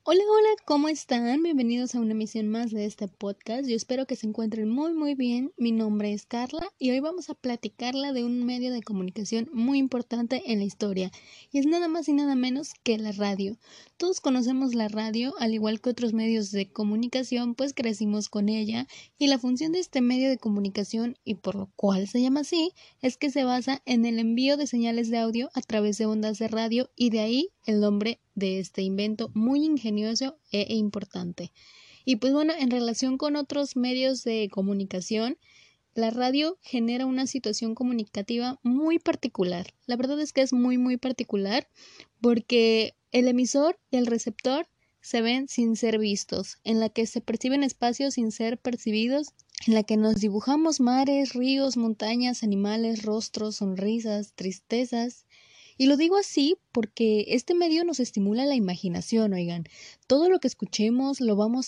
Hola, hola, ¿cómo están? Bienvenidos a una emisión más de este podcast. Yo espero que se encuentren muy bien. Mi nombre es Carla y hoy vamos a platicarla de un medio de comunicación muy importante en la historia y es nada más y nada menos que la radio. Todos conocemos la radio, al igual que otros medios de comunicación, pues crecimos con ella y la función de este medio de comunicación y por lo cual se llama así es que se basa en el envío de señales de audio a través de ondas de radio y de ahí el nombre de este invento muy ingenioso e importante. Y pues bueno, en relación con otros medios de comunicación, la radio genera una situación comunicativa muy particular. La verdad es que es muy particular porque el emisor y el receptor se ven sin ser vistos, en la que se perciben espacios sin ser percibidos, en la que nos dibujamos mares, ríos, montañas, animales, rostros, sonrisas, tristezas. Y lo digo así porque este medio nos estimula la imaginación, oigan. Todo lo que escuchemos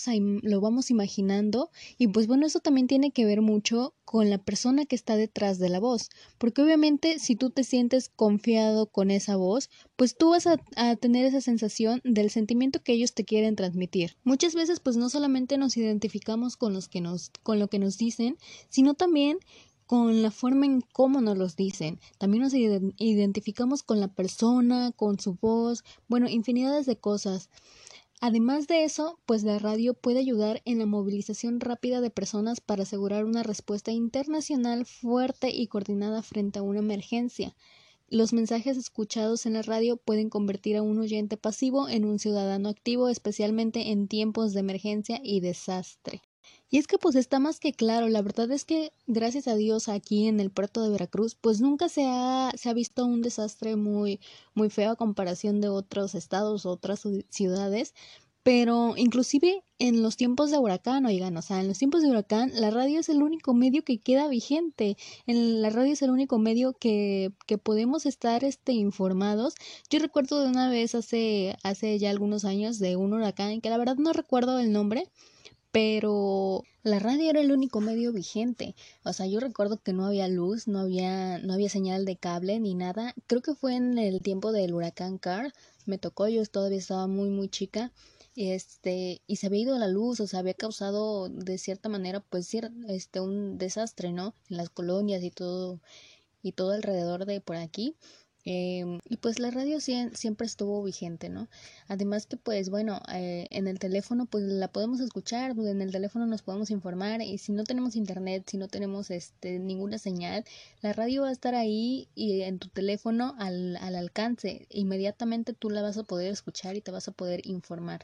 lo vamos imaginando y pues bueno, eso también tiene que ver mucho con la persona que está detrás de la voz, porque obviamente si tú te sientes confiado con esa voz, pues tú vas a tener esa sensación del sentimiento que ellos te quieren transmitir. Muchas veces pues no solamente nos identificamos con con lo que nos dicen, sino también con la forma en cómo nos los dicen. También nos identificamos con la persona, con su voz, bueno, infinidades de cosas. Además de eso, pues la radio puede ayudar en la movilización rápida de personas para asegurar una respuesta internacional fuerte y coordinada frente a una emergencia. Los mensajes escuchados en la radio pueden convertir a un oyente pasivo en un ciudadano activo, especialmente en tiempos de emergencia y desastre. Y es que pues está más que claro, la verdad es que gracias a Dios aquí en el puerto de Veracruz pues nunca se ha visto un desastre muy feo a comparación de otros estados o otras ciudades, pero inclusive en los tiempos de huracán, oigan, o sea, en los tiempos de huracán la radio es el único medio que queda vigente, en la radio es el único medio que podemos estar informados. Yo recuerdo de una vez hace ya algunos años de un huracán que la verdad no recuerdo el nombre, pero la radio era el único medio vigente. O sea, yo recuerdo que no había luz, no había señal de cable ni nada. Creo que fue en el tiempo del huracán Carl. Me tocó, yo todavía estaba muy chica. Y se había ido la luz, o sea, había causado de cierta manera, pues, un desastre, ¿no? En las colonias y todo alrededor de por aquí. Y pues la radio siempre estuvo vigente, ¿no? Además que pues bueno, en el teléfono pues la podemos escuchar, pues, en el teléfono nos podemos informar y si no tenemos internet, si no tenemos ninguna señal, la radio va a estar ahí y en tu teléfono al alcance. Inmediatamente tú la vas a poder escuchar y te vas a poder informar.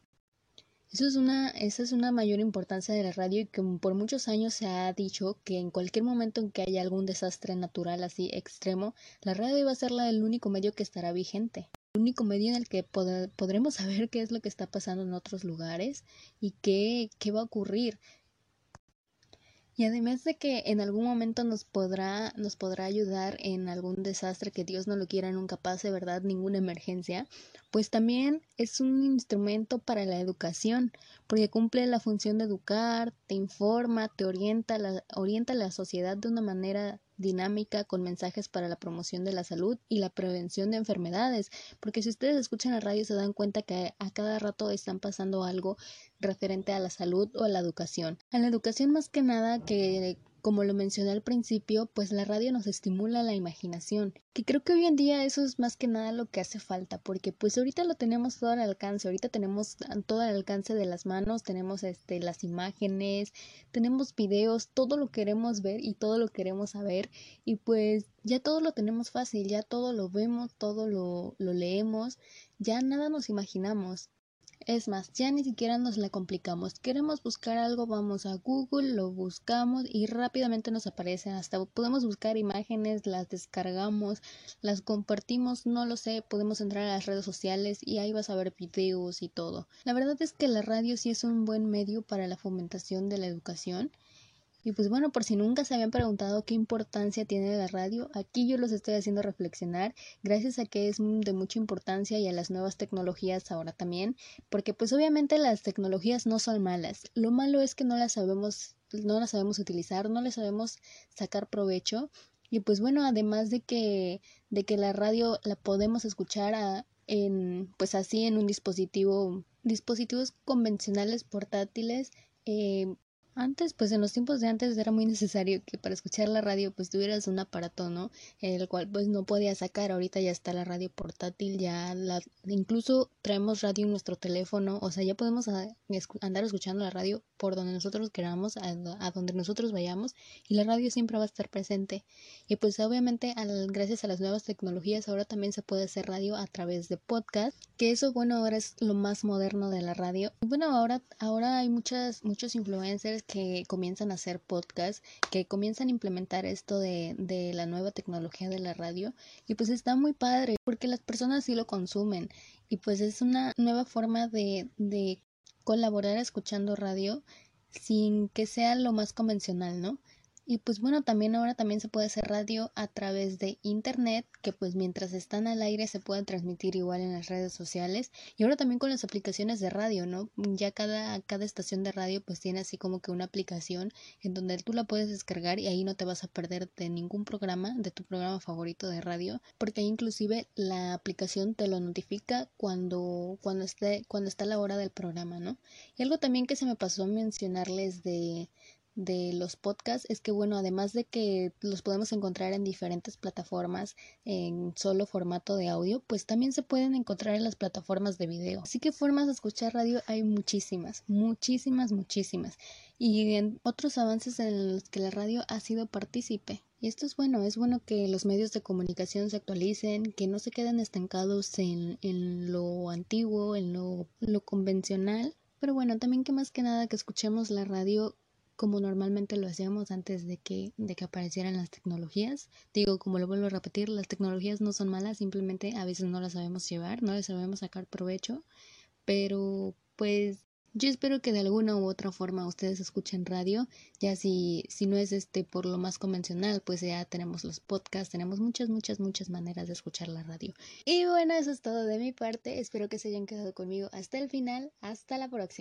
Esa es una mayor importancia de la radio y que por muchos años se ha dicho que en cualquier momento en que haya algún desastre natural así extremo, la radio va a ser el único medio que estará vigente. El único medio en el que podremos saber qué es lo que está pasando en otros lugares y qué va a ocurrir. Y además de que en algún momento nos podrá ayudar en algún desastre que Dios no lo quiera nunca pase, ¿verdad? Ninguna emergencia, pues también es un instrumento para la educación, porque cumple la función de educar, te informa, te orienta a la sociedad de una manera dinámica con mensajes para la promoción de la salud y la prevención de enfermedades, porque si ustedes escuchan la radio se dan cuenta que a cada rato están pasando algo referente a la salud o a la educación. A la educación más que nada que como lo mencioné al principio, pues la radio nos estimula la imaginación, que creo que hoy en día eso es más que nada lo que hace falta, porque pues ahorita lo tenemos todo al alcance, ahorita tenemos todo al alcance de las manos, tenemos las imágenes, tenemos videos, todo lo queremos ver y todo lo queremos saber y pues ya todo lo tenemos fácil, ya todo lo vemos, todo lo leemos, ya nada nos imaginamos. Es más, ya ni siquiera nos la complicamos. Queremos buscar algo, vamos a Google, lo buscamos y rápidamente nos aparece. Hasta podemos buscar imágenes, las descargamos, las compartimos, no lo sé, podemos entrar a las redes sociales y ahí vas a ver videos y todo. La verdad es que la radio sí es un buen medio para la fomentación de la educación. Y pues bueno, por si nunca se habían preguntado qué importancia tiene la radio, aquí yo los estoy haciendo reflexionar, gracias a que es de mucha importancia y a las nuevas tecnologías ahora también, porque pues obviamente las tecnologías no son malas, lo malo es que no las sabemos utilizar, no les sabemos sacar provecho, y pues bueno, además de que la radio la podemos escuchar pues así en un dispositivo dispositivos convencionales portátiles. Antes, pues en los tiempos de antes era muy necesario que para escuchar la radio pues tuvieras un aparato, ¿no? El cual pues no podías sacar. Ahorita ya está la radio portátil, incluso traemos radio en nuestro teléfono, o sea, ya podemos andar escuchando la radio por donde nosotros queramos, a donde nosotros vayamos, y la radio siempre va a estar presente. Y pues obviamente gracias a las nuevas tecnologías ahora también se puede hacer radio a través de podcast, que eso bueno ahora es lo más moderno de la radio. Y bueno, ahora hay muchos influencers que comienzan a hacer podcast, que comienzan a implementar esto de la nueva tecnología de la radio, y pues está muy padre porque las personas sí lo consumen, y pues es una nueva forma de colaborar escuchando radio sin que sea lo más convencional, ¿no? Y pues bueno, ahora también se puede hacer radio a través de internet, que pues mientras están al aire se pueden transmitir igual en las redes sociales, y ahora también con las aplicaciones de radio, ¿no? Ya cada estación de radio pues tiene así como que una aplicación en donde tú la puedes descargar, y ahí no te vas a perder de ningún programa, de tu programa favorito de radio, porque ahí inclusive la aplicación te lo notifica cuando está la hora del programa, ¿no? Y algo también que se me pasó a mencionarles de los podcasts es que bueno, además de que los podemos encontrar en diferentes plataformas en solo formato de audio, pues también se pueden encontrar en las plataformas de video. Así que formas de escuchar radio hay muchísimas. Y en otros avances en los que la radio ha sido partícipe. Y esto es bueno que los medios de comunicación se actualicen, que no se queden estancados en lo antiguo, en lo convencional. Pero bueno, también que más que nada que escuchemos la radio como normalmente lo hacíamos antes de que aparecieran las tecnologías. Digo, como lo vuelvo a repetir, las tecnologías no son malas, simplemente a veces no las sabemos llevar, no les sabemos sacar provecho, pero pues yo espero que de alguna u otra forma ustedes escuchen radio, ya si no es por lo más convencional, pues ya tenemos los podcasts, tenemos muchas maneras de escuchar la radio. Y bueno, eso es todo de mi parte, espero que se hayan quedado conmigo hasta el final, hasta la próxima.